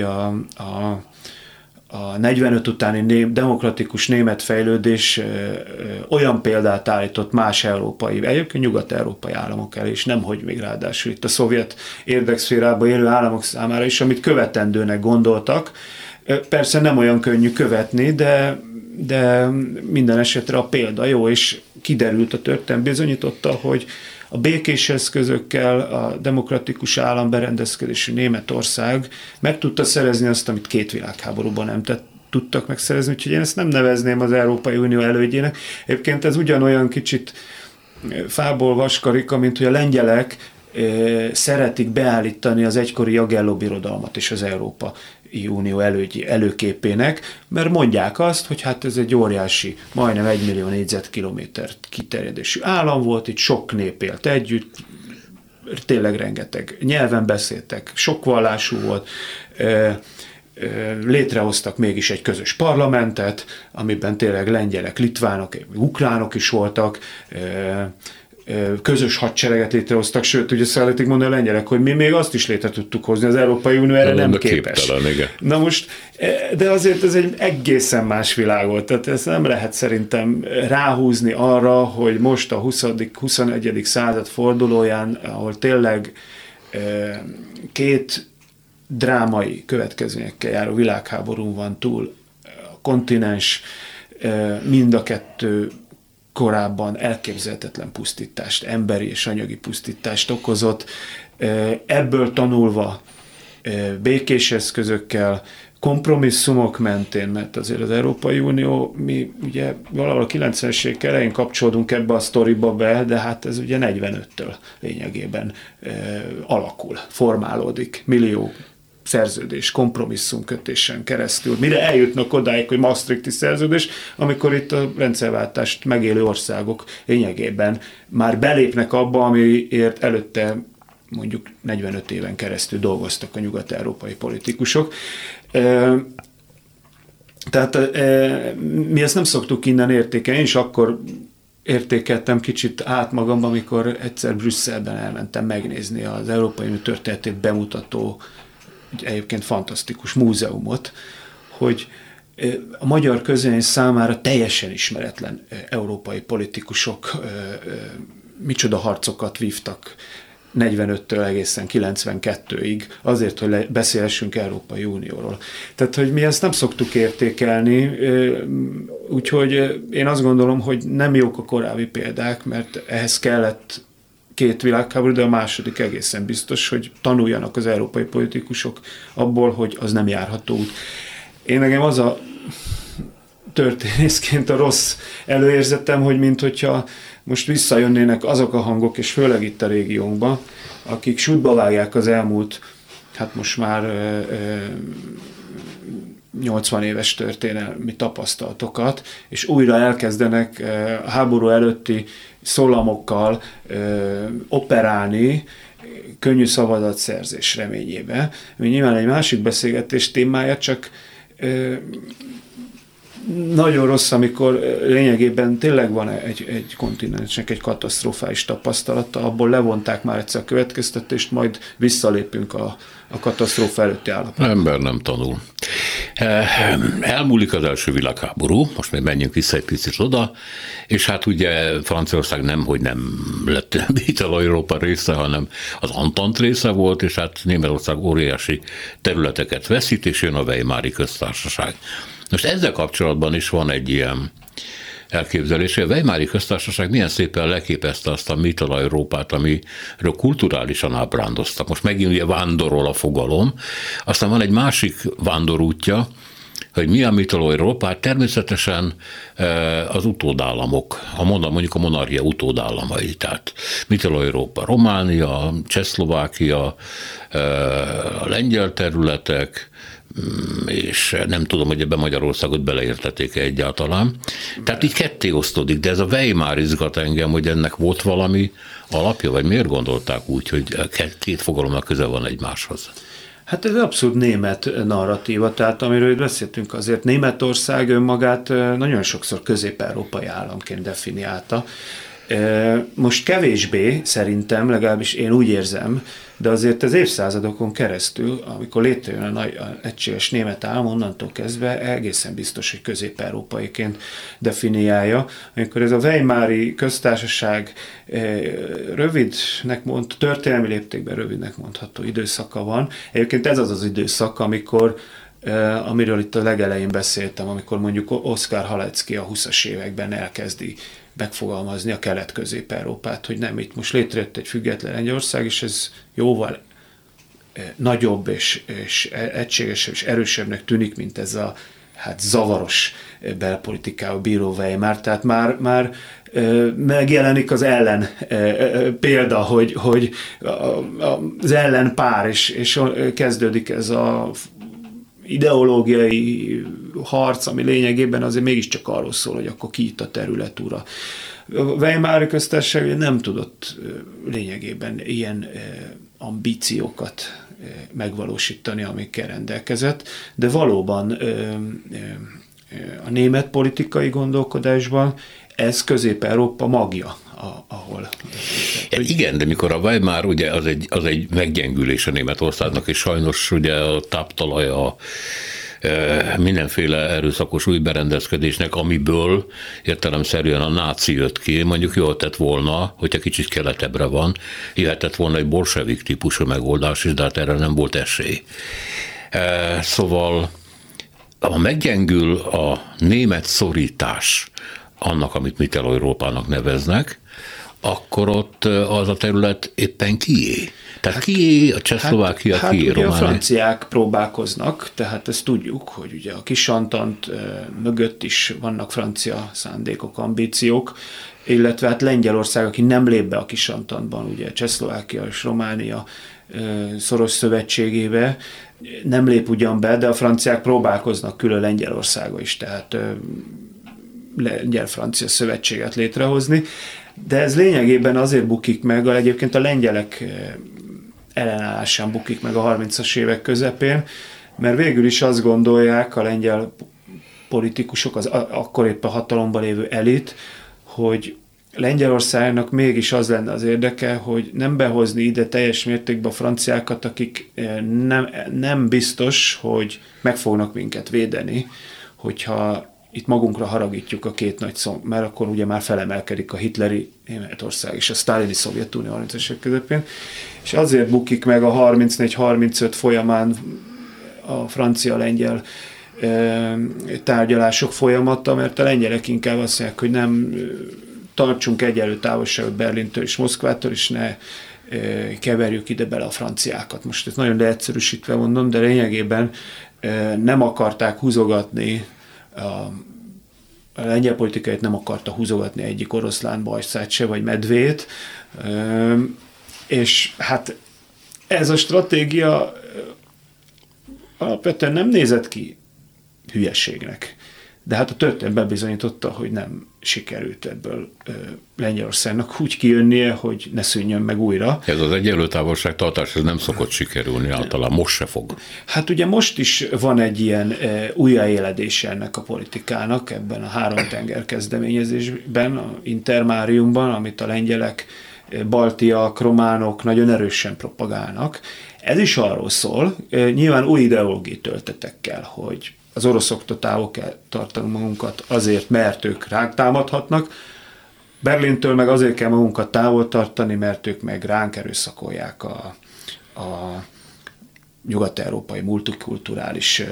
a 45 utáni demokratikus német fejlődés olyan példát állított más európai, egyébként nyugat-európai államok elé, és nemhogy még ráadásul itt a szovjet érdekszférában élő államok számára is, amit követendőnek gondoltak. Persze nem olyan könnyű követni, de minden esetre a példa jó, és kiderült a történelem bizonyította, hogy a békés eszközökkel a demokratikus államberendezkedésű Németország meg tudta szerezni azt, amit két világháborúban nem tudtak megszerezni, úgyhogy én ezt nem nevezném az Európai Unió elődjének. Egyébként ez ugyanolyan kicsit fából vaskarika, mint hogy a lengyelek szeretik beállítani az egykori Jagelló birodalmat és az Európai Unió előképének, mert mondják azt, hogy hát ez egy óriási, majdnem 1 millió négyzetkilométer kiterjedésű állam volt, itt sok nép élt együtt, tényleg rengeteg nyelven beszéltek, sok vallású volt, létrehoztak mégis egy közös parlamentet, amiben tényleg lengyelek, litvánok, ukránok is voltak, közös hadsereget létrehoztak, sőt, ugye szeretik mondani a lengyelek, hogy mi még azt is létre tudtuk hozni, az Európai Unió erre nem képes. Képtelen, na most, de azért ez egy egészen más világ volt, tehát ezt nem lehet szerintem ráhúzni arra, hogy most a 21. század fordulóján, ahol tényleg két drámai következményekkel járó világháborún van túl, a kontinens mind a kettő korábban elképzelhetetlen pusztítást, emberi és anyagi pusztítást okozott. Ebből tanulva békés eszközökkel, kompromisszumok mentén, mert azért az Európai Unió, mi ugye valahol a 90-es évek elején kapcsolódunk ebbe a sztoriba be, de hát ez ugye 45-től lényegében alakul, formálódik, millió szerződés, kompromisszumkötésen keresztül. Mire eljutnak odáig, hogy Maastrichti szerződés, amikor itt a rendszerváltást megélő országok lényegében már belépnek abba, amiért előtte mondjuk 45 éven keresztül dolgoztak a nyugat-európai politikusok. Tehát mi ezt nem szoktuk innen értékelni, én is akkor értékeltem kicsit át magamban, amikor egyszer Brüsszelben elmentem megnézni az Európai Unió történetét bemutató egyébként fantasztikus múzeumot, hogy a magyar közönség számára teljesen ismeretlen európai politikusok micsoda harcokat vívtak 45-től egészen 92-ig azért, hogy beszélhessünk Európai Unióról. Tehát, hogy mi ezt nem szoktuk értékelni, úgyhogy én azt gondolom, hogy nem jók a korábbi példák, mert ehhez kellett két világháború, de a második egészen biztos, hogy tanuljanak az európai politikusok abból, hogy az nem járható út. Én nekem az a történészként a rossz előérzetem, hogy minthogyha most visszajönnének azok a hangok, és főleg itt a régiónkban, akik sútba vágják az elmúlt, hát most már 80 éves történelmi tapasztalatokat, és újra elkezdenek a háború előtti szólamokkal operálni, könnyű szavazatszerzés reményébe. Nyilván egy másik beszélgetés témája, csak nagyon rossz, amikor lényegében tényleg van egy kontinensnek egy katasztrofális tapasztalata, abból levonták már egyszer a következtetést, majd visszalépünk a katasztrófa előtti állapotba. Ember nem tanul. Elmúlik az első világháború, most még menjünk vissza egy picit oda, és hát ugye Franciaország nem lett Ital-Európa része, hanem az Antant része volt, és hát Németország óriási területeket veszít, és jön a Weimári köztársaság. Most ezzel kapcsolatban is van egy ilyen elképzelés, hogy a Weimári köztársaság milyen szépen leképezte azt a Mittel-Európát, amiről kulturálisan ábrándoztak. Most megint ugye vándorol a fogalom, aztán van egy másik vándorútja, hogy mi a Mittel-Európát, természetesen az utódállamok, mondjuk a monarchia utódállamai, tehát Mittel-Európa, Románia, Csehszlovákia, a lengyel területek, és nem tudom, hogy ebbe Magyarországot beleértették egyáltalán. Tehát így ketté osztódik, de ez a Weimar izgat engem, hogy ennek volt valami alapja, vagy miért gondolták úgy, hogy két fogalomnak köze van egymáshoz? Hát ez abszolút német narratíva, tehát amiről beszéltünk, azért Németország önmagát nagyon sokszor közép-európai államként definiálta. Most kevésbé, szerintem, legalábbis én úgy érzem, de azért az évszázadokon keresztül, amikor létrejön a nagy egységes német állam, onnantól kezdve egészen biztos, hogy közép-európaiként definiálja. Amikor ez a Weimári köztársaság történelmi léptékben rövidnek mondható időszaka van. Egyébként ez az időszak, amiről itt a legelején beszéltem, amikor mondjuk Oskar Halecki a 20-as években elkezdi megfogalmazni a Kelet-Közép-Európát, hogy nem, itt most létrejött egy független Lengyelország, és ez jóval nagyobb és egységesebb és erősebbnek tűnik, mint ez a zavaros belpolitikával bíró Weimar. Tehát már megjelenik az ellen példa, hogy az ellenpár, és kezdődik ez a ideológiai harc, ami lényegében azért mégiscsak arról szól, hogy akkor ki itt a terület ura. A Weimári köztársaság nem tudott lényegében ilyen ambíciókat megvalósítani, amikkel rendelkezett, de valóban a német politikai gondolkodásban ez Közép-Európa magja, ahol... Igen, de mikor a Weimar, ugye az egy meggyengülés a Németországnak, és sajnos ugye a táptalaja mindenféle erőszakos új berendezkedésnek, amiből értelemszerűen a náci jött ki, mondjuk jól tett volna, hogyha kicsit keletebbre van, jöhetett volna egy bolsevik típusú megoldás is, de hát erre nem volt esély. Szóval ha meggyengül a német szorítás annak, amit Mittel-Európának neveznek, akkor ott az a terület éppen kié. Tehát kié, a Csehszlovákia, kié, Románia. Románia. A franciák próbálkoznak, tehát ezt tudjuk, hogy ugye a Kisantant mögött is vannak francia szándékok, ambíciók, illetve hát Lengyelország, aki nem lép be a Kisantantban, ugye Csehszlovákia és Románia szoros szövetségébe, nem lép ugyan be, de a franciák próbálkoznak külön Lengyelországa is, tehát lengyel-francia szövetséget létrehozni, de ez lényegében azért bukik meg, egyébként a lengyelek ellenállásán bukik meg a 30-as évek közepén, mert végül is azt gondolják a lengyel politikusok, az akkor éppen hatalomban lévő elit, hogy Lengyelországnak mégis az lenne az érdeke, hogy nem behozni ide teljes mértékben a franciákat, akik nem biztos, hogy meg fognak minket védeni, hogyha itt magunkra haragítjuk a két nagy mert akkor ugye már felemelkedik a hitleri Németország és a sztálini Szovjetunió 30-as évek közepén, és azért bukik meg a 34-35 folyamán a francia-lengyel tárgyalások folyamata, mert a lengyelek inkább azt mondják, hogy nem tartsunk egyenlő távolságot Berlintől és Moszkvától, és ne keverjük ide bele a franciákat. Most ezt nagyon leegyszerűsítve mondom, de lényegében nem akarták húzogatni a lengyel politikait nem akarta húzogatni egyik oroszlán bajszát se, vagy medvét, és hát ez a stratégia alapvetően nem nézett ki hülyeségnek. De hát a történet bebizonyította, hogy nem sikerült ebből Lengyelországnak úgy kijönnie, hogy ne szűnjön meg újra. Ez az egyenlő távolságtartás, ez nem szokott sikerülni általában, most se fog. Hát ugye most is van egy ilyen újjáéledése ennek a politikának, ebben a 3 tenger kezdeményezésben, a Intermáriumban, amit a lengyelek, baltiak, románok nagyon erősen propagálnak. Ez is arról szól, nyilván új ideológiai töltetekkel, hogy az oroszoktól távol kell tartanunk magunkat azért, mert ők ránk támadhatnak, Berlintől meg azért kell magunkat távol tartani, mert ők meg ránk erőszakolják a nyugat-európai multikulturális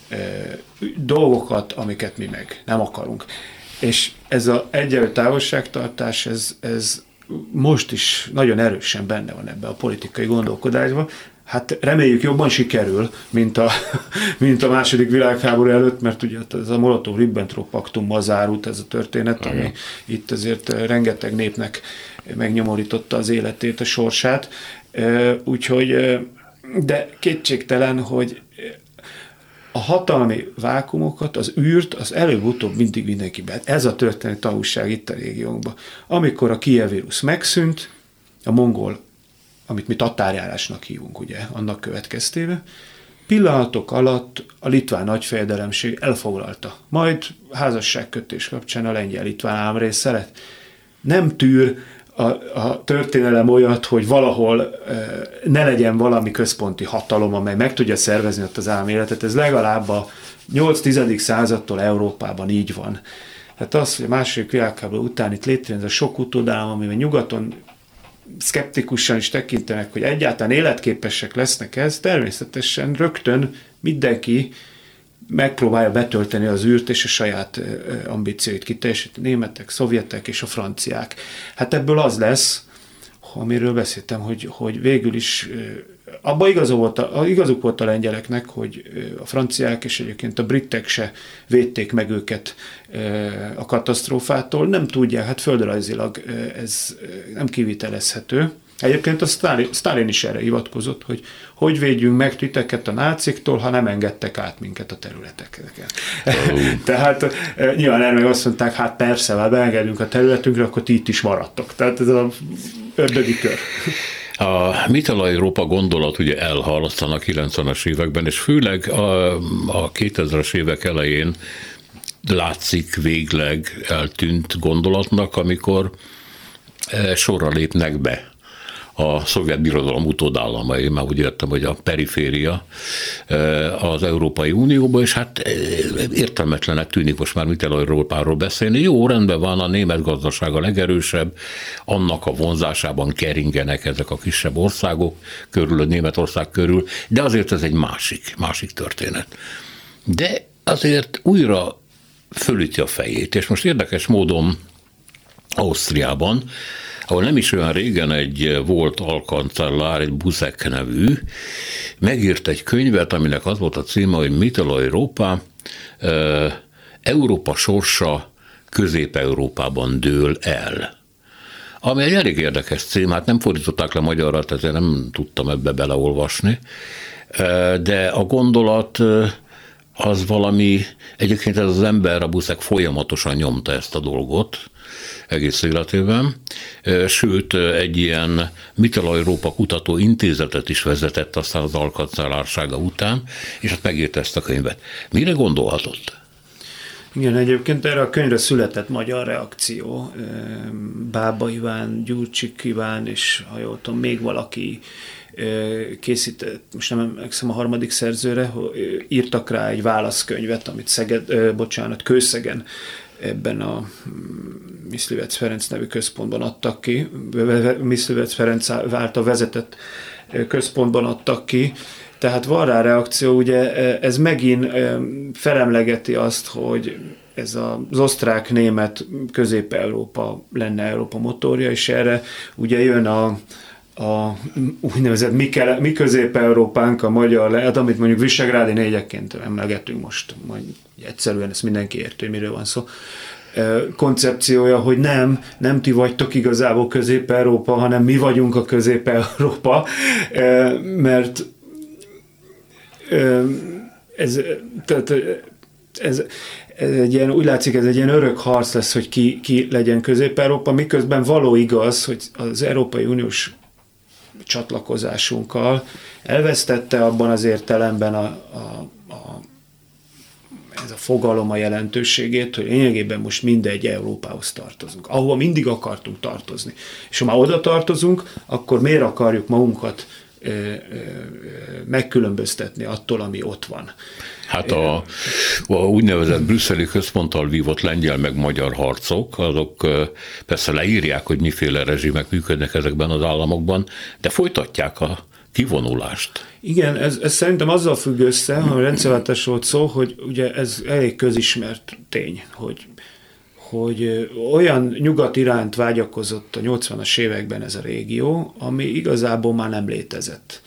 dolgokat, amiket mi meg nem akarunk. És ez az egyenlő távolságtartás, ez most is nagyon erősen benne van ebben a politikai gondolkodásban. Hát reméljük jobban sikerül, mint a második világháború előtt, mert ugye ez a Molotov-Ribbentrop paktummal zárult ez a történet, ami itt azért rengeteg népnek megnyomorította az életét, a sorsát. Úgyhogy, de kétségtelen, hogy a hatalmi vákumokat, az űrt, az előbb-utóbb mindig mindenki be. Ez a történet tanulság itt a régiónkban. Amikor a Kijevi Rusz megszűnt, a mongol, amit mi tatárjárásnak hívunk, ugye, annak következtében, pillanatok alatt a litván nagyfejedelemség elfoglalta. Majd házasságkötés kapcsán a lengyel-litván államrésze lett. Nem tűr a történelem olyat, hogy valahol ne legyen valami központi hatalom, amely meg tudja szervezni ott az álméletet. Ez legalább a 8-10. századtól Európában így van. Tehát az, hogy a második világháború után itt létrejön ez a sok utódállam, amivel nyugaton szkeptikusan is tekintenek, hogy egyáltalán életképesek lesznek, ez természetesen rögtön mindenki megpróbálja betölteni az űrt és a saját ambícióit kiteljesíteni, németek, szovjetek és a franciák. Hát ebből az lesz, amiről beszéltem, hogy végül is abban igazuk volt a lengyeleknek, hogy a franciák és egyébként a britek se védték meg őket a katasztrófától. Nem tudják, hát földrajzilag ez nem kivitelezhető. Egyébként a Sztálin is erre hivatkozott, hogy védjünk meg titeket a náciktól, ha nem engedtek át minket a területeket. Tehát nyilván erre meg azt mondták, hát persze, ha beengedünk a területünkre, akkor ti itt is maradtok. Tehát ez a ördögi kör. A Mittel-Európa gondolat ugye elhalasztan a 90-es években, és főleg a 2000-es évek elején látszik végleg eltűnt gondolatnak, amikor sorra lépnek be a szovjet birodalom utódállamai, már úgy értem, hogy a periféria az Európai Unióba, és hát értelmetlenek tűnik most már Mittel-Európáról beszélni. Jó, rendben van, a német gazdaság a legerősebb, annak a vonzásában keringenek ezek a kisebb országok körül, a Németország körül, de azért ez egy másik történet. De azért újra fölüti a fejét, és most érdekes módon Ausztriában, ahol nem is olyan régen egy volt alkancellár, egy Buzek nevű, megírt egy könyvet, aminek az volt a címe, hogy Mittel-Európa, Európa sorsa Közép-Európában dől el. Ami egy elég érdekes cím, hát nem fordították le magyarra, ezért nem tudtam ebbe beleolvasni, de a gondolat az valami, egyébként ez az ember, a Buzek folyamatosan nyomta ezt a dolgot, egész életében, sőt egy ilyen Mittel-Európa kutató intézetet is vezetett aztán az alkancellársága után, és hát megírta ezt a könyvet. Mire gondolhatott? Igen, egyébként erre a könyvre született magyar reakció. Bába Iván, Gyurcsik Iván, és ha jól tudom, még valaki készített, most nem emlékszem a harmadik szerzőre, írtak rá egy válaszkönyvet, amit Kőszegen ebben a Myslivec Ferenc nevű központban adtak ki, Myslivec Ferenc által vezetett központban adtak ki, tehát van rá reakció, ugye ez megint felemlegeti azt, hogy ez az osztrák-német Közép-Európa lenne Európa motorja, és erre ugye jön a úgynevezett mi Közép-Európánk, a magyar, amit mondjuk Visegrádi négyekként emlegetünk most, majd egyszerűen ezt mindenki érti, hogy miről van szó, koncepciója, hogy nem ti vagytok igazából Közép-Európa, hanem mi vagyunk a Közép-Európa, mert ez egy ilyen, úgy látszik, ez egy ilyen örök harc lesz, hogy ki legyen Közép-Európa, miközben való igaz, hogy az Európai Uniós csatlakozásunkkal elvesztette abban az értelemben ez a fogalom a jelentőségét, hogy lényegében most mindegy Európához tartozunk, ahova mindig akartunk tartozni. És ha már oda tartozunk, akkor miért akarjuk magunkat megkülönböztetni attól, ami ott van. Hát a úgynevezett brüsszeli központtal vívott lengyel meg magyar harcok, azok persze leírják, hogy miféle rezsimek működnek ezekben az államokban, de folytatják a kivonulást. Igen, ez szerintem azzal függ össze, ha rendszerváltás volt szó, hogy ugye ez elég közismert tény, hogy olyan nyugat iránt vágyakozott a 80-as években ez a régió, ami igazából már nem létezett.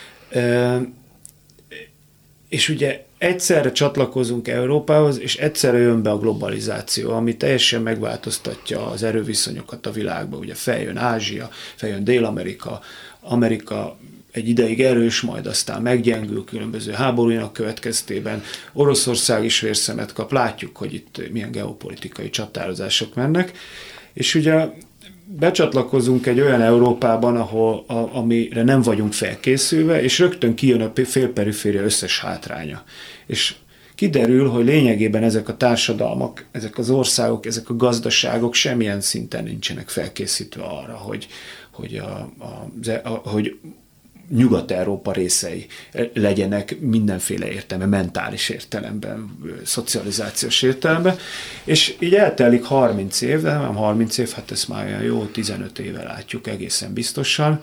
És ugye egyszerre csatlakozunk Európához, és egyszerre jön be a globalizáció, ami teljesen megváltoztatja az erőviszonyokat a világban. Ugye feljön Ázsia, feljön Dél-Amerika, Amerika egy ideig erős, majd aztán meggyengül különböző háborúinak következtében. Oroszország is vérszemet kap, látjuk, hogy itt milyen geopolitikai csatározások mennek, és ugye becsatlakozunk egy olyan Európában, amire nem vagyunk felkészülve, és rögtön kijön a félperiféria összes hátránya. És kiderül, hogy lényegében ezek a társadalmak, ezek az országok, ezek a gazdaságok semmilyen szinten nincsenek felkészítve arra, hogy Nyugat-Európa részei legyenek mindenféle értelemben, mentális értelemben, szocializációs értelemben, és így eltelik 30 év, de nem 30 év, hát ezt már olyan jó 15 éve látjuk egészen biztosan,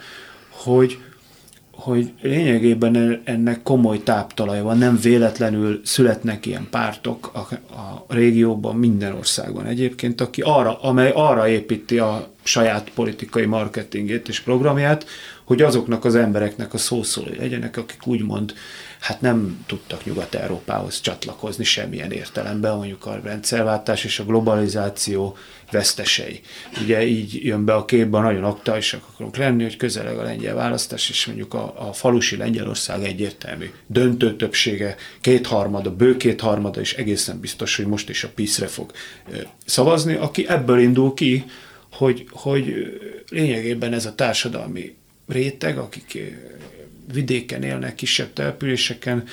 hogy lényegében ennek komoly táptalaja van, nem véletlenül születnek ilyen pártok a régióban, minden országban egyébként, amely arra építi a saját politikai marketingét és programját, hogy azoknak az embereknek a szószólói legyenek, akik úgymond hát nem tudtak Nyugat-Európához csatlakozni semmilyen értelemben, mondjuk a rendszerváltás és a globalizáció vesztesei. Ugye így jön be a képbe, nagyon aktuálisak akarunk lenni, hogy közeleg a lengyel választás, és mondjuk a falusi Lengyelország egyértelmű. Döntő többsége, bő kétharmada, és egészen biztos, hogy most is a PiS-re fog szavazni, aki ebből indul ki, hogy lényegében ez a társadalmi réteg, akik vidéken élnek, kisebb településeken,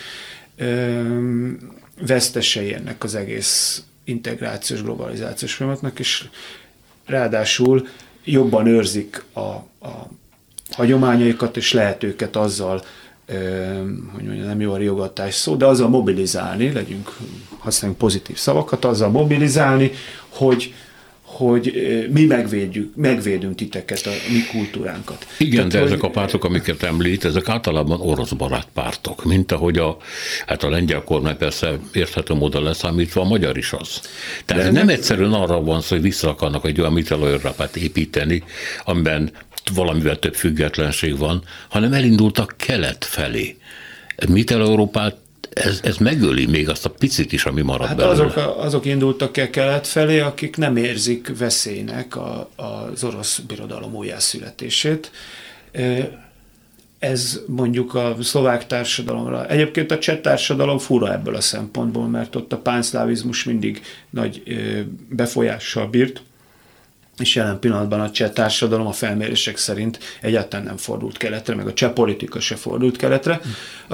vesztesei ennek az egész integrációs, globalizációs folyamatnak, és ráadásul jobban őrzik a hagyományaikat, és lehet őket azzal, hogy mondjam, nem jó a riogatás szó, de azzal mobilizálni, használjunk pozitív szavakat, azzal mobilizálni, hogy mi megvédünk titeket, a mi kultúránkat. Igen, de ezek a pártok, amiket említ, ezek általában orosz barát pártok, mint ahogy a lengyel kormány persze érthető módon leszámítva, a magyar is az. Tehát nem egyszerűen arra van szó, hogy vissza akarnak egy olyan Mitteleurópát építeni, amiben valamivel több függetlenség van, hanem elindultak kelet felé. Mitteleurópát ez megöli még azt a picit is, ami marad belőle. Azok indultak el kelet felé, akik nem érzik veszélynek az orosz birodalom újjászületését. Ez mondjuk a szlovák társadalomra. Egyébként a cseh társadalom fura ebből a szempontból, mert ott a pánszlávizmus mindig nagy befolyással bírt, és jelen pillanatban a cseh társadalom a felmérések szerint egyáltalán nem fordult keletre, meg a cseh politika se fordult keletre. A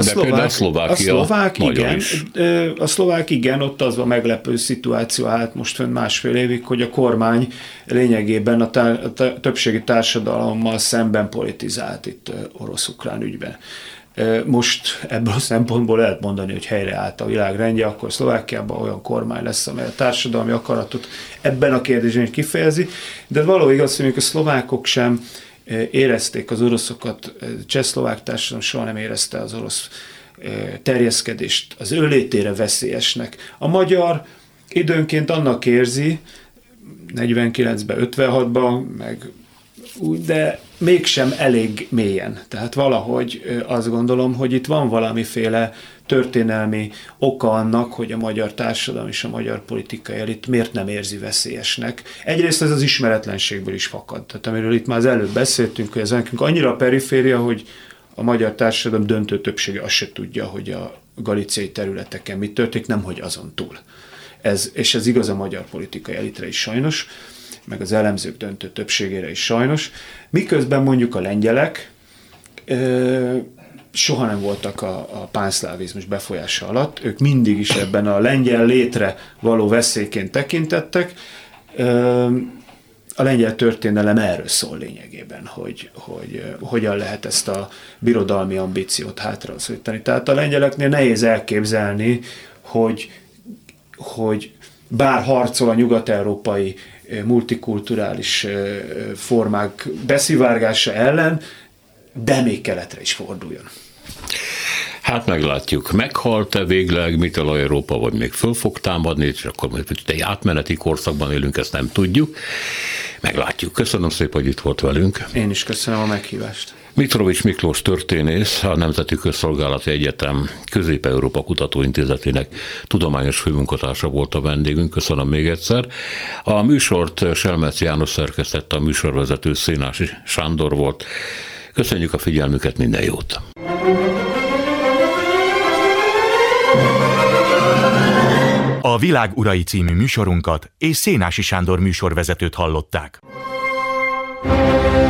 szlovák igen, ott az a meglepő szituáció állt most fönn másfél évig, hogy a kormány lényegében a többségi társadalommal szemben politizált itt orosz-ukrán ügyben. Most ebből a szempontból lehet mondani, hogy helyreállt a világrendje, akkor Szlovákiában olyan kormány lesz, amely a társadalmi akaratot ebben a kérdésben kifejezi, de való igaz, hogy a szlovákok sem érezték az oroszokat, cseh-szlovák társadalom soha nem érezte az orosz terjeszkedést az ő létére veszélyesnek. A magyar időnként annak érzi, 49-ben, 56-ban, de mégsem elég mélyen. Tehát valahogy azt gondolom, hogy itt van valamiféle történelmi oka annak, hogy a magyar társadalom és a magyar politikai elit miért nem érzi veszélyesnek. Egyrészt ez az ismeretlenségből is fakad. Tehát amiről itt már az előbb beszéltünk, hogy ez nekünk annyira a periféria, hogy a magyar társadalom döntő többsége azt se tudja, hogy galíciai területeken mi történik, nemhogy azon túl. És ez igaz a magyar politikai elitre is sajnos, meg az elemzők döntő többségére is sajnos. Miközben mondjuk a lengyelek soha nem voltak a pánszlávizmus befolyása alatt, ők mindig is ebben a lengyel létre való veszélyként tekintettek. A lengyel történelem erről szól lényegében, hogy hogyan lehet ezt a birodalmi ambíciót hátraszorítani. Tehát a lengyeleknél nehéz elképzelni, hogy bár harcol a nyugat-európai multikulturális formák beszivárgása ellen, de még keletre is forduljon. Hát meglátjuk, meghalt-e végleg Mittel-Európa, vagy még föl fog támadni, és akkor majd egy átmeneti korszakban élünk, ezt nem tudjuk. Meglátjuk. Köszönöm szépen, hogy itt volt velünk. Én is köszönöm a meghívást. Mitrovics Miklós történész, a Nemzeti Közszolgálati Egyetem Közép-Európa Kutatóintézetének tudományos főmunkatársa volt a vendégünk. Köszönöm még egyszer. A műsort Selmec János szerkesztette, a műsorvezető Szénási Sándor volt. Köszönjük a figyelmüket, minden jót! A Világ urai című műsorunkat és Szénási Sándor műsorvezetőt hallották.